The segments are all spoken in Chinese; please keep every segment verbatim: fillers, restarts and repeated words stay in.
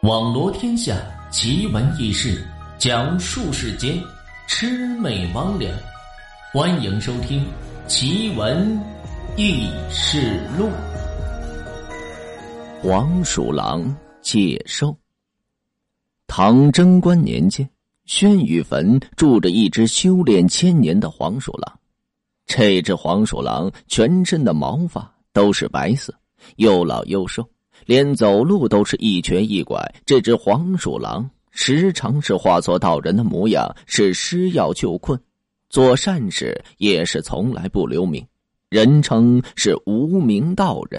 网罗天下奇闻异事，讲述世间魑魅魍魉。欢迎收听《奇闻异事录》。 黄鼠狼借寿。唐贞观年间，宣语坟住着一只修炼千年的黄鼠狼。这只黄鼠狼全身的毛发都是白色，又老又瘦，连走路都是一瘸一拐。这只黄鼠狼时常是化作道人的模样，是施药救困，做善事也是从来不留名，人称是无名道人。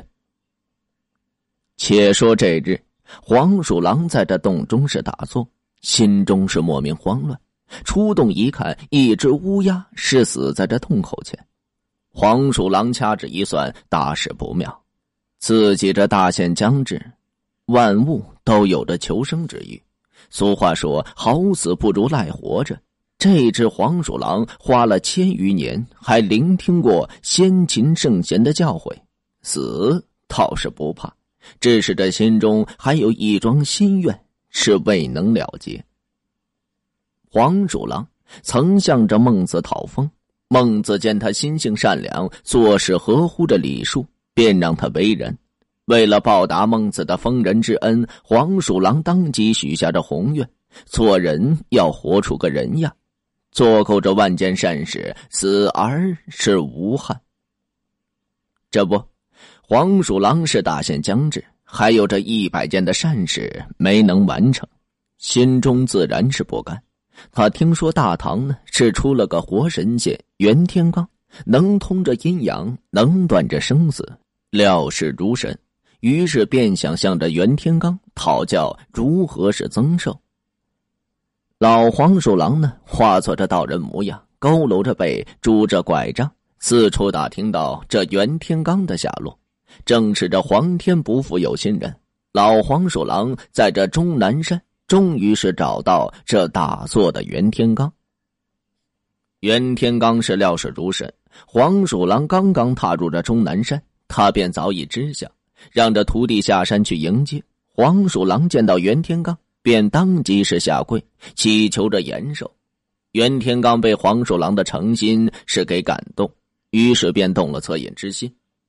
且说这日，黄鼠狼在这洞中是打坐，心中是莫名慌乱。出洞一看，一只乌鸦是死在这洞口前。黄鼠狼掐指一算，大事不妙，自己这大限将至，万物都有着求生之欲。俗话说，好死不如赖活着。这只黄鼠狼花了千余年，还聆听过先秦圣贤的教诲，死倒是不怕，只是这心中还有一桩心愿是未能了结。黄鼠狼曾向着孟子讨封，孟子见他心性善良，做事合乎着礼数，便让他为人。为了报答孟子的封人之恩，黄鼠狼当即许下这宏愿，做人要活出个人样，做够这万件善事，死而是无憾。这不，黄鼠狼是大限将至，还有这一百件的善事没能完成，心中自然是不甘。他听说大唐呢是出了个活神仙袁天罡，能通着阴阳，能断着生死，料事如神，于是便想向着袁天罡讨教如何是增寿。老黄鼠狼呢化作着道人模样，佝偻着背，拄着拐杖，四处打听到这袁天罡的下落。正是这皇天不负有心人，老黄鼠狼在这终南山终于是找到这打坐的袁天罡。袁天罡是料事如神，黄鼠狼刚刚踏入这终南山，他便早已知晓，让这徒弟下山去迎接。黄鼠狼见到袁天罡，便当即是下跪，祈求着延寿。袁天罡被黄鼠狼的诚心是给感动，于是便动了恻隐之心。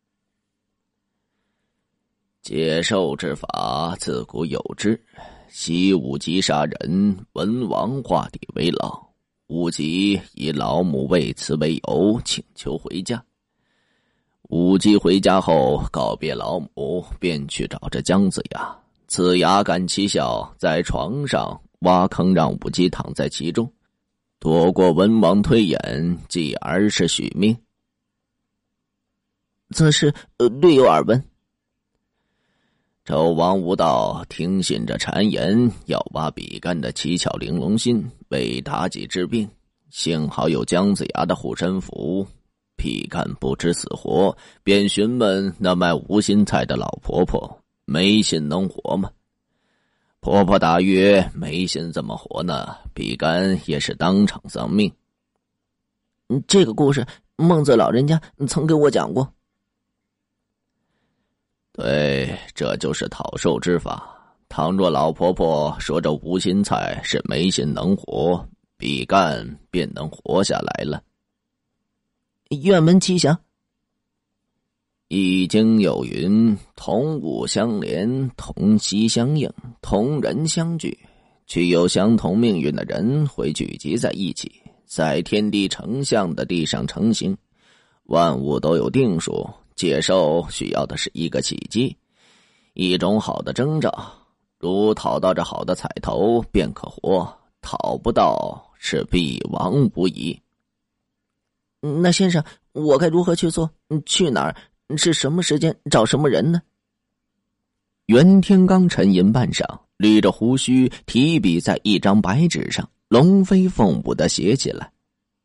借寿之法自古有之，习武吉杀人，文王画地为牢。武吉以老母为此为由，请求回家。武吉回家后告别老母，便去找这姜子牙。子牙感其笑，在床上挖坑让武吉躺在其中，躲过文王推演，继而是许命。 此事呃略有耳闻。 纣王无道听信着谗言，要挖比干的七窍玲珑心，为妲己治病。幸好有姜子牙的护身符，比干不知死活，便询问那卖无心菜的老婆婆，没心能活吗？婆婆答曰：没心怎么活呢？比干也是当场丧命。 这个故事孟子老人家曾给我讲过。 对，这就是讨寿之法。倘若老婆婆说这无心菜是没心能活，比干便能活下来了。 愿闻其详。 易经有云：同物相连，同息相应，同人相聚。具有相同命运的人会聚集在一起，在天地成象的地上成形。万物都有定数，借寿需要的是一个契机，一种好的征兆，如讨到这好的彩头便可活，讨不到是必亡无疑。 那先生，我该如何去做？去哪儿？是什么时间？找什么人呢？ 袁天罡沉吟半晌，捋着胡须，提笔在一张白纸上龙飞凤舞地写起来。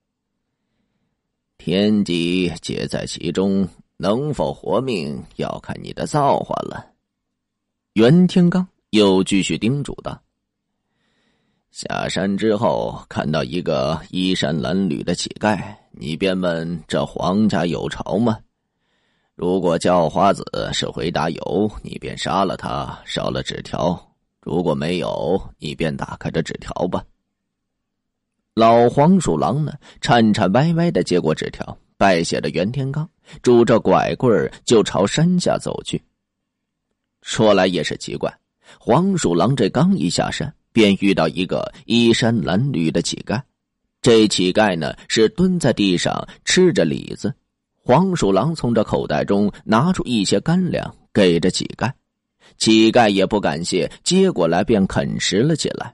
天机皆在其中，能否活命要看你的造化了。袁天罡又继续叮嘱道：下山之后看到一个衣衫褴褛的乞丐，你便问这皇家有巢吗？如果叫花子是回答有，你便杀了他，烧了纸条， 如果没有，你便打开这纸条吧。老黄鼠狼呢，颤颤巍巍的接过纸条，拜谢着袁天罡，拄着拐棍就朝山下走去。说来也是奇怪，黄鼠狼这刚一下山，便遇到一个衣衫褴褛的乞丐。这乞丐呢，是蹲在地上吃着李子。黄鼠狼从这口袋中拿出一些干粮给着乞丐，乞丐也不感谢，接过来便啃食了起来。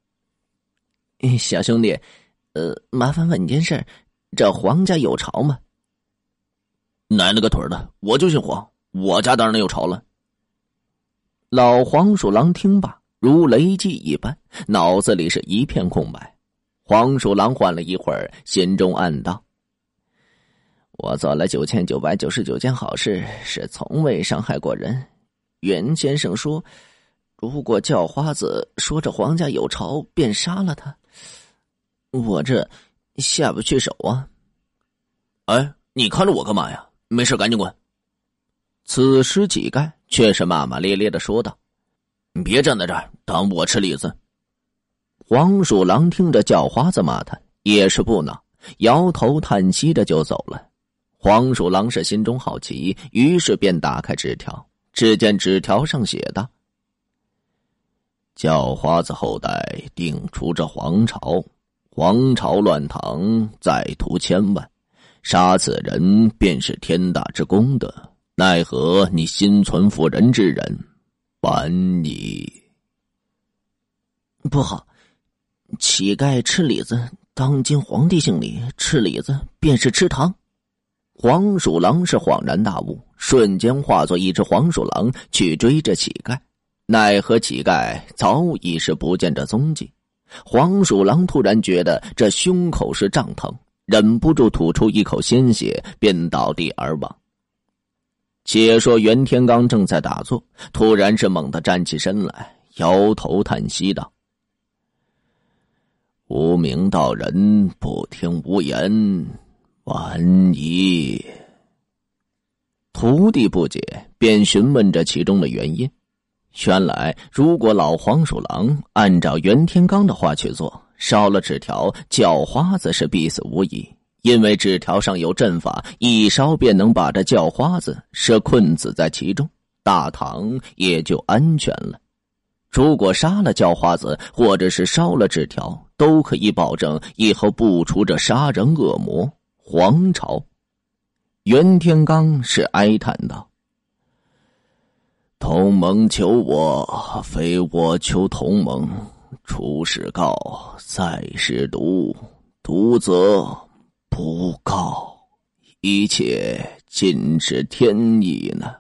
小兄弟，呃，麻烦问件事，这黄家有巢吗？ 奶奶个腿的，我就姓黄，我家当然有巢了。老黄鼠狼听罢，如雷击一般，脑子里是一片空白。黄鼠狼缓了一会儿，心中暗道：我做了九千九百九十九件好事，是从未伤害过人。袁先生说，如果叫花子说这黄家有巢，便杀了他。我这下不去手啊！哎，你看着我干嘛呀？没事，赶紧滚！此时乞丐却是骂骂咧咧的说道：别站在这儿挡我吃李子！黄鼠狼听着叫花子骂他，也是不恼，摇头叹息的就走了。黄鼠狼是心中好奇，于是便打开纸条，只见纸条上写道：叫花子后代定除这黄巢，黄巢乱唐，再图千万，杀此人便是天大之功德，奈何你心存妇人之人，反你。 不好，乞丐吃李子，当今皇帝姓李，吃李子便是吃糖。 黄鼠狼是恍然大悟，瞬间化作一只黄鼠狼去追着乞丐，奈何乞丐早已是不见这踪迹。黄鼠狼突然觉得这胸口是胀疼，忍不住吐出一口鲜血，便倒地而亡。且说袁天罡正在打坐，突然是猛地站起身来，摇头叹息道：无名道人不听无言，晚矣。徒弟不解，便询问着其中的原因。原来如果老黄鼠狼按照袁天罡的话去做，烧了纸条，叫花子是必死无疑，因为纸条上有阵法，一烧便能把这叫花子是困死在其中，大唐也就安全了。如果杀了叫花子，或者是烧了纸条，都可以保证以后不出这杀人恶魔黄巢。袁天罡是哀叹道：同盟求我，非我求同盟。出使告，在使读，读则不告，一切尽是天意呢。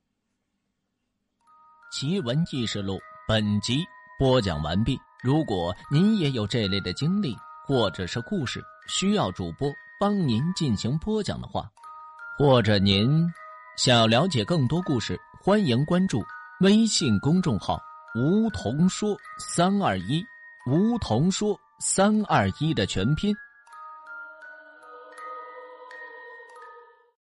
奇闻异事录本集播讲完毕。如果您也有这类的经历或者是故事，需要主播帮您进行播讲的话，或者您想要了解更多故事，欢迎关注微信公众号梧桐说三二一，梧桐说三二一的全拼。